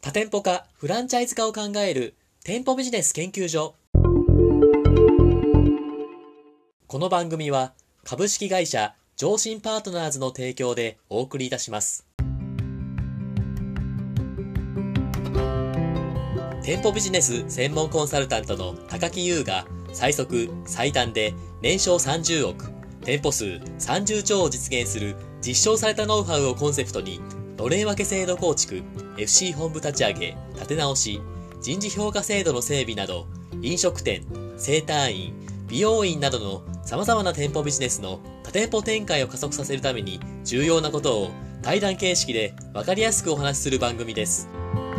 多店舗化、フランチャイズ化を考える店舗ビジネス研究所。この番組は株式会社上信パートナーズの提供でお送りいたします。店舗ビジネス専門コンサルタントの高木優が最速最短で年商30億、店舗数30兆を実現する実証されたノウハウをコンセプトに、のれん分け制度構築、FC 本部立ち上げ、立て直し、人事評価制度の整備など、飲食店、整体院、美容院などの様々な店舗ビジネスの多店舗展開を加速させるために重要なことを対談形式で分かりやすくお話しする番組です。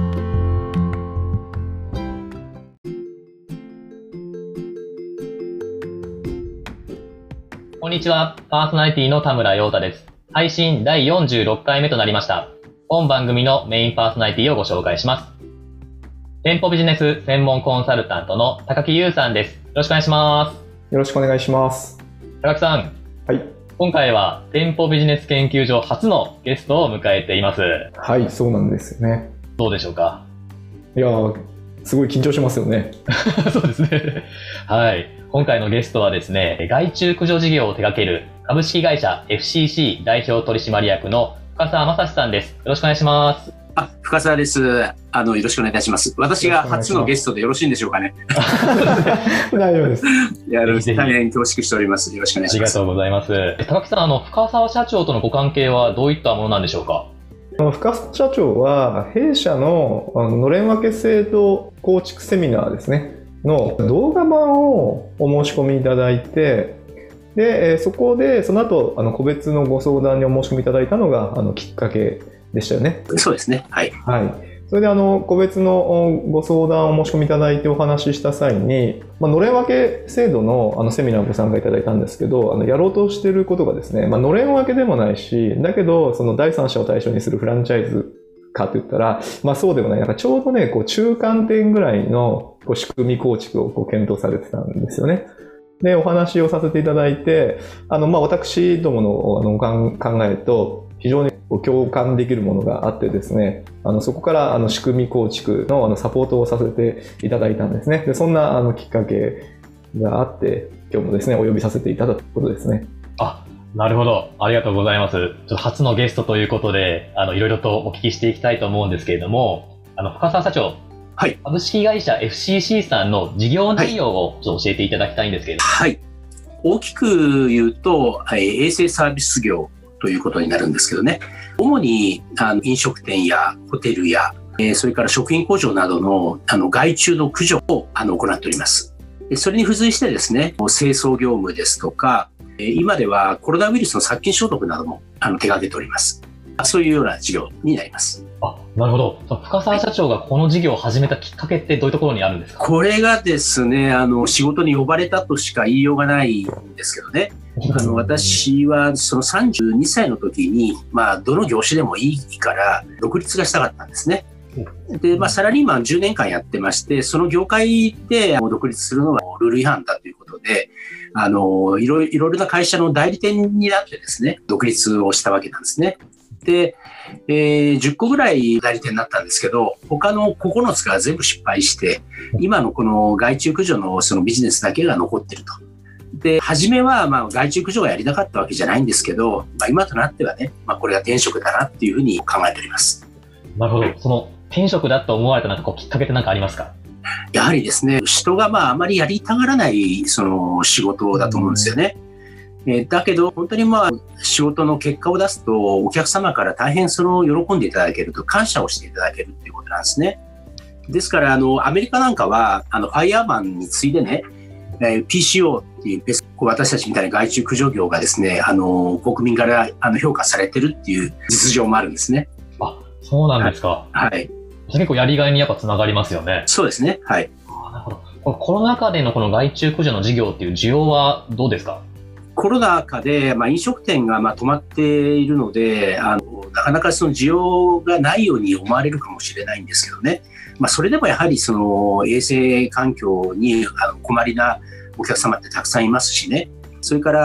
こんにちは、パーソナリティの田村陽太です。配信第46回目となりました。本番組のメインパーソナリティをご紹介します。店舗ビジネス専門コンサルタントの高木優さんです。よろしくお願いします。 よろしくお願いします。 高木さん。 はい。 今回は店舗ビジネス研究所初のゲストを迎えています。 はい、そうなんですよね。 どうでしょうか？ いやー、すごい緊張しますよね。 そうですね。はい。今回のゲストはですね、害虫駆除事業を手掛ける株式会社 FCC 代表取締役の深澤正史さんです。よろしくお願いします。 深澤です。よろしくお願いいたします。私が初のゲストでよろしいんでしょうかね。 大丈夫です。 大変恐縮しております。よろしくお願いします。 ありがとうございます。高木さん、深澤社長とのご関係はどういったものなんでしょうか？ 深澤社長は弊社ののれん分け制度構築セミナーですねの動画版をお申し込みいただいて、でそこでその後個別のご相談にお申し込みいただいたのがきっかけでしたよね。 そうですね。はい。 はい。それで個別のご相談を申し込みいただいてお話しした際に、のれん分け制度のセミナーをご参加いただいたんですけど、やろうとしていることがですね、のれん分けでもないし、だけどその第三者を対象にするフランチャイズかといったら、そうでもない。ちょうどね、中間点ぐらいの仕組み構築を検討されてたんですよね。で、お話をさせていただいて、私どもの考えと非常に共感できるものがあってですね、そこから仕組み構築のサポートをさせていただいたんですね。で、そんなきっかけがあって、今日もですね、お呼びさせていただくことですね。 なるほど。ありがとうございます。ちょっと初のゲストということで、いろいろとお聞きしていきたいと思うんですけれども、深澤社長。 はい。 株式会社 FCC さんの事業内容をちょっと教えていただきたいんですけれども。 はい。大きく言うと、衛生サービス業ということになるんですけどね。主に飲食店やホテルや、それから食品工場などの害虫の駆除を行っております。それに付随してですね、清掃業務ですとか、今ではコロナウイルスの殺菌消毒なども手掛けております。そういうような事業になります。 なるほど。深澤社長がこの事業を始めたきっかけってどういうところにあるんですか？ これがですね、仕事に呼ばれたとしか言いようがないんですけどね。私はその32歳の時に、どの業種でもいいから独立がしたかったんですね。で、サラリーマン10年間やってまして、その業界で独立するのはルール違反だということで、いろいろな会社の代理店になってですね、独立をしたわけなんですね。で、10個ぐらい代理店になったんですけど、他の9つが全部失敗して、今のこの害虫駆除のそのビジネスだけが残ってると。で、初めは害虫駆除がやりたかったわけじゃないんですけど、今となってはね、これが転職だなっていうふうに考えております。 なるほど。その転職だと思われたきっかけって何かありますか？ やはりですね、人があまりやりたがらないその仕事だと思うんですよね。だけど本当に仕事の結果を出すとお客様から大変その喜んでいただけると感謝をしていただけるっていうことなんですね。ですからアメリカなんかはファイヤーマンに次いでね、PCO っていう私たちみたいな害虫駆除業がですね、国民から評価されてるっていう実情もあるんですね。 そうなんですか。 はい。 結構やりがいにやっぱつながりますよね。 そうですね。はい。 なるほど。このコロナ禍でのこの害虫駆除の事業っていう需要はどうですか？ コロナ禍で、飲食店が止まっているので、なかなかその需要がないように思われるかもしれないんですけどね。それでもやはりその衛生環境に困りなお客様ってたくさんいますしね。それから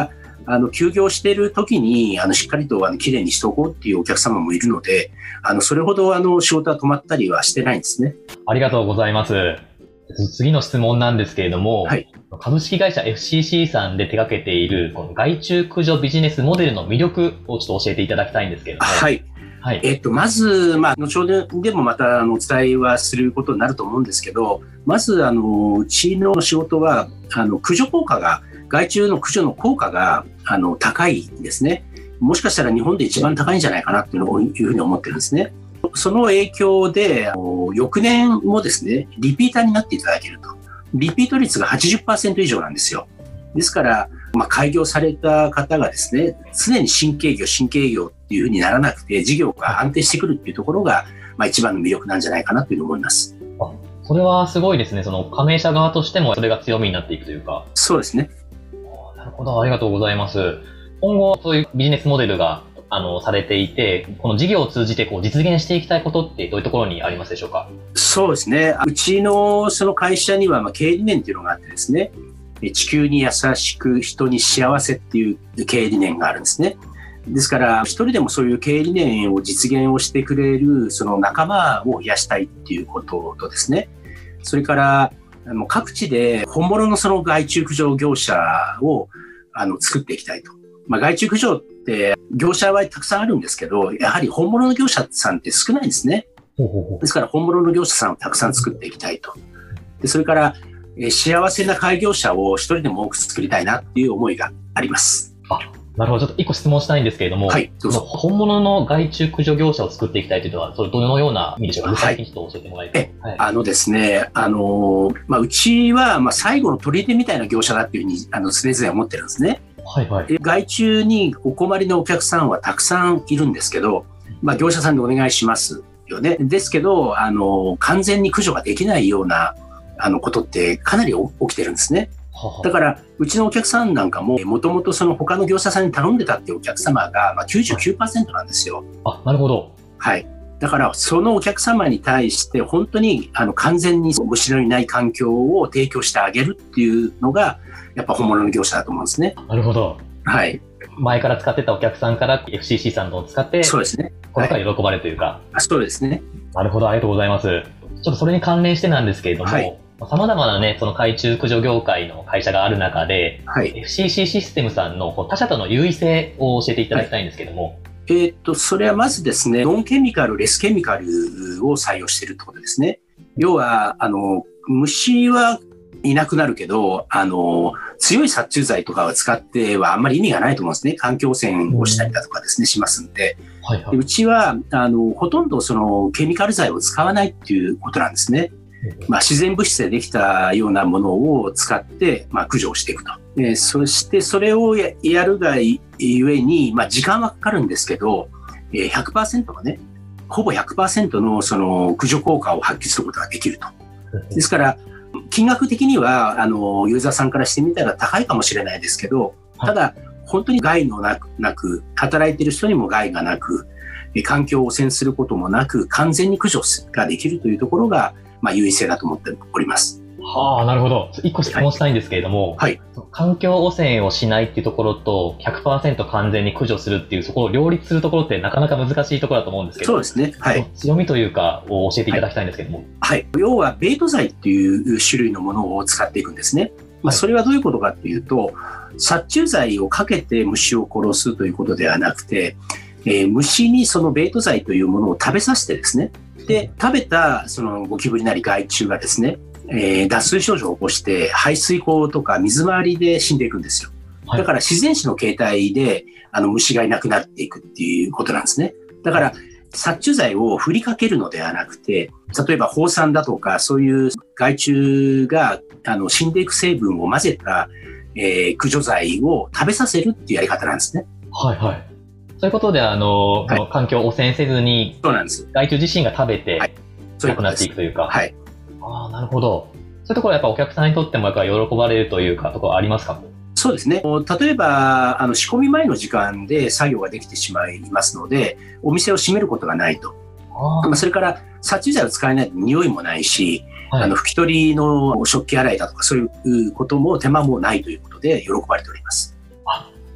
休業している時に、しっかりときれいにしておこうっていうお客様もいるので、それほど仕事は止まったりはしてないんですね。 ありがとうございます。次の質問なんですけれども、 はい、 株式会社 FCC さんで手掛けているこの害虫駆除ビジネスモデルの魅力をちょっと教えていただきたいんですけれども。 はい。はい、まず、後ほどでもまたお伝えはすることになると思うんですけど、まずうちの仕事は駆除効果が、害虫の駆除の効果が高いんですね。もしかしたら日本で一番高いんじゃないかなっていうふうに思ってるんですね。その影響で翌年もですね、リピーターになっていただけると。リピート率が 80% 以上なんですよ。ですから、開業された方がですね、常に新規営業っていうふうにならなくて、事業が安定してくるっていうところが、一番の魅力なんじゃないかなというふうに思います。 それはすごいですね。その加盟者側としてもそれが強みになっていくというか。 そうですね。 なるほど、ありがとうございます。今後、そういうビジネスモデルがされていて、この事業を通じて実現していきたいことってどういうところにありますでしょうか？ そうですね。うちのその会社には経営理念っていうのがあってですね、地球に優しく人に幸せっていう経営理念があるんですね。ですから一人でもそういう経営理念を実現をしてくれるその仲間を増やしたいっていうこととですね、それから各地で本物のその害虫駆除業者を作っていきたいと。害虫駆除って業者はたくさんあるんですけど、やはり本物の業者さんって少ないんですね。ですから本物の業者さんをたくさん作っていきたいと。でそれから幸せな開業者を一人でも多く作りたいなっていう思いがあります。 なるほど。ちょっと一個質問したいんですけれども、 はい、どうぞ。 本物の害虫駆除業者を作っていきたいというのは、それどのような意味でしょうか？具体的にちょっと教えてもらえますか？ ですね、うちは最後の砦みたいな業者だっていうふうに常々思ってるんですね。 はいはい。 害虫にお困りのお客さんはたくさんいるんですけど、業者さんでお願いしますよね。ですけど、完全に駆除ができないようなことってかなり起きてるんですね。だからうちのお客さんなんかももともとその他の業者さんに頼んでたっていうお客様が99% なんですよ。 なるほど。 はい。だからそのお客様に対して本当に完全に虫のいない環境を提供してあげるっていうのがやっぱ本物の業者だと思うんですね。 なるほど。 はい。 前から使ってたお客さんから FCC さんのを使って、 そうですね。 これから喜ばれるというか。 そうですね。 なるほど、ありがとうございます。ちょっとそれに関連してなんですけれども、様々なね、その害虫駆除業界の会社がある中で、FCC システムさんの他社との優位性を教えていただきたいんですけども。 それはまずですね、ノンケミカル、レスケミカルを採用しているってことですね。要は、虫はいなくなるけど、強い殺虫剤とかを使ってはあんまり意味がないと思うんですね。環境汚染をしたりだとかですね、しますんで。でうちは、ほとんどそのケミカル剤を使わないっていうことなんですね。自然物質でできたようなものを使って、駆除をしていくと。そしてそれをやるがゆえに、時間はかかるんですけど、100% がね、ほぼ 100% のその駆除効果を発揮することができると。ですから、金額的にはユーザーさんからしてみたら高いかもしれないですけど、ただ本当に害のなく、働いている人にも害がなく、環境を汚染することもなく、完全に駆除ができるというところが、優位性だと思っております。 なるほど。一個質問したいんですけれども、環境汚染をしないっていうところと 100% 完全に駆除するっていう、そこを両立するところってなかなか難しいところだと思うんですけど、 そうですね。 強みというかを教えていただきたいんですけども。 要はベイト剤っていう種類のものを使っていくんですね。それはどういうことかっていうと、殺虫剤をかけて虫を殺すということではなくて、虫にそのベイト剤というものを食べさせてですね、で食べたそのゴキブリなり害虫がですね、脱水症状を起こして排水口とか水回りで死んでいくんですよ。だから自然死の形態で虫がいなくなっていくっていうことなんですね。だから殺虫剤を振りかけるのではなくて、例えば放酸だとかそういう害虫が死んでいく成分を混ぜた、駆除剤を食べさせるっていうやり方なんですね。 そういうことで環境を汚染せずに、 そうなんです。 害虫自身が食べて亡くなっていくというか。なるほど。そういうところはやっぱお客さんにとってもやっぱ喜ばれるというかところありますか？ そうですね。例えば仕込み前の時間で作業ができてしまいますので、お店を閉めることがないと。それから殺虫剤を使えないと匂いもないし、拭き取りの食器洗いだとかそういうことも手間もないということで喜ばれております。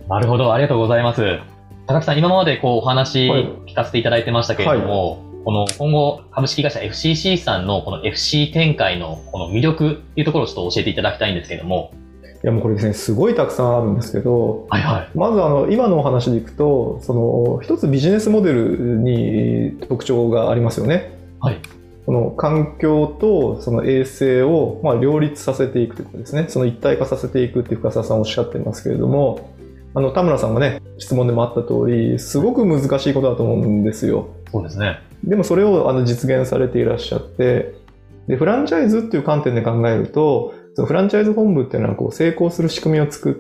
なるほど、ありがとうございます。高木さん、今までこうお話はい聞かせていただいてましたけれども、この今後株式会社 FCC さんのこの FC 展開のこの魅力っていうところをちょっと教えていただきたいんですけれども。 いやもうこれですね、すごいたくさんあるんですけど、 はいはい。 まず今のお話でいくと、一つビジネスモデルに特徴がありますよね。 はい。 この環境とその衛生を両立させていくということですね。その一体化させていくって深澤さんおっしゃってますけれども、田村さんがね、質問でもあった通り、すごく難しいことだと思うんですよ。 そうですね。 でもそれを実現されていらっしゃって、で、フランチャイズっていう観点で考えると、そのフランチャイズ本部っていうのはこう成功する仕組みを作って、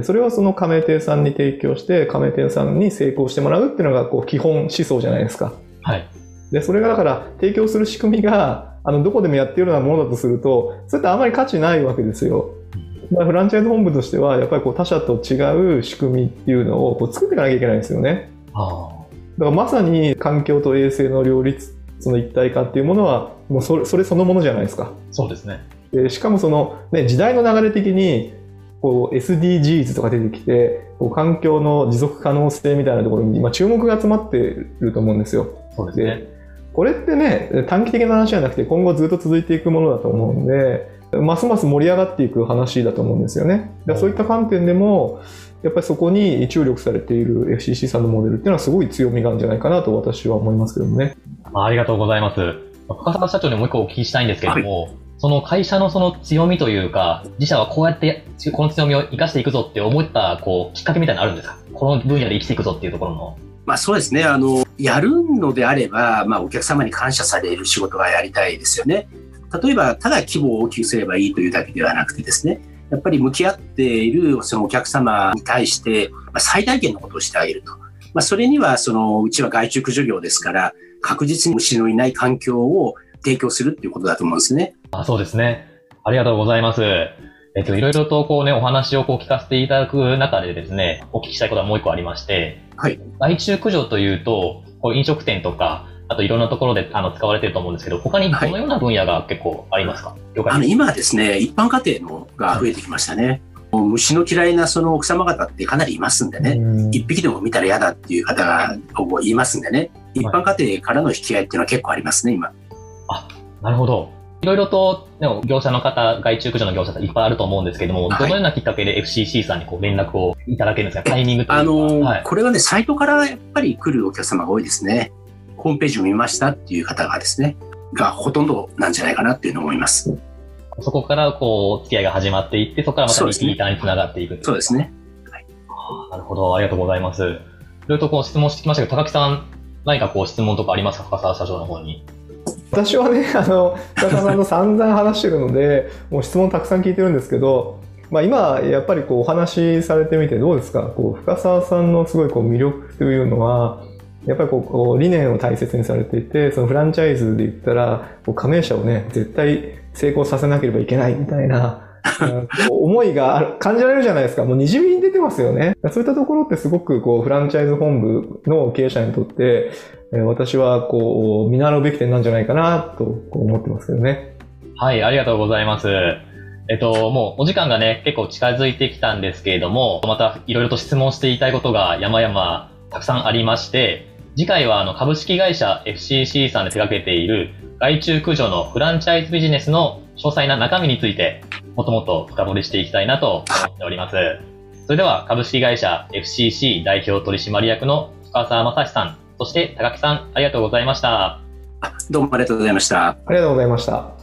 それをその加盟店さんに提供して、加盟店さんに成功してもらうっていうのがこう基本思想じゃないですか。 はい。 で、それがだから提供する仕組みが、どこでもやっているようなものだとすると、それってあまり価値ないわけですよ。フランチャイズ本部としては、やっぱりこう他社と違う仕組みっていうのをこう作っていかなきゃいけないんですよね。だからまさに環境と衛生の両立、その一体化っていうものは、もうそれそのものじゃないですか。 そうですね。 でしかもその、ね、時代の流れ的に、こう SDGs とか出てきて、こう環境の持続可能性みたいなところに今注目が集まっていると思うんですよ。 そうですね。 でこれってね、短期的な話じゃなくて今後ずっと続いていくものだと思うんで、ますます盛り上がっていく話だと思うんですよね。だからそういった観点でも、やっぱりそこに注力されている FCC さんのモデルっていうのはすごい強みがあるんじゃないかなと私は思いますけどもね。 ありがとうございます。深澤社長にもう一個お聞きしたいんですけれども、はい、その会社のその強みというか、自社はこうやってこの強みを生かしていくぞって思ったこうきっかけみたいなのあるんですか？この分野で生きていくぞっていうところの。 そうですね。やるのであれば、お客様に感謝される仕事がやりたいですよね。例えば、ただ規模を大きくすればいいというだけではなくてですね、やっぱり向き合っているそのお客様に対して、最大限のことをしてあげると。それには、うちは外注駆除業ですから、確実に虫のいない環境を提供するっていうことだと思うんですね。 そうですね。ありがとうございます。いろいろとこうね、お話をこう聞かせていただく中でですね、お聞きしたいことはもう一個ありまして、 はい。 外注駆除というと、こう飲食店とか、あといろんなところで使われていると思うんですけど、他にどのような分野が結構ありますか？ 今はですね、一般家庭のが増えてきましたね。虫の嫌いなその奥様方ってかなりいますんでね、一匹でも見たら嫌だっていう方がいますんでね、一般家庭からの引き合いっていうのは結構ありますね、今。 なるほど。いろいろと、業者の方、外注駆除の業者さんいっぱいあると思うんですけども、どのようなきっかけで FCC さんにこう連絡をいただけるんですか？タイミングというか。 これはね、サイトからやっぱり来るお客様が多いですね。ホームページを見ましたっていう方がですね、がほとんどなんじゃないかなっていうのを思います。 そこからこう、付き合いが始まっていって、そこからまたリピーターにつながっていく。 そうですね。 はい。なるほど、ありがとうございます。いろいろとこう質問してきましたけど、高木さん、何かこう質問とかありますか？深澤社長の方に。 私はね、深澤さんと散々話してるので、もう質問たくさん聞いてるんですけど、今、やっぱりこうお話しされてみてどうですか？こう深澤さんのすごいこう魅力というのは、やっぱりこう理念を大切にされていて、そのフランチャイズで言ったら、こう加盟者をね、絶対成功させなければいけないみたいな、思いが感じられるじゃないですか。もう滲みに出てますよね。そういったところってすごくこうフランチャイズ本部の経営者にとって、私はこう見習うべき点なんじゃないかなと思ってますけどね。 はい、ありがとうございます。もうお時間がね、結構近づいてきたんですけれども、またいろいろと質問していたいことが山々たくさんありまして、次回は株式会社 FCC さんで手掛けている外注駆除のフランチャイズビジネスの詳細な中身についてもっともっと深掘りしていきたいなと思っております。それでは株式会社 FCC 代表取締役の深澤正史さん、そして高木さん、ありがとうございました。 どうもありがとうございました。 ありがとうございました。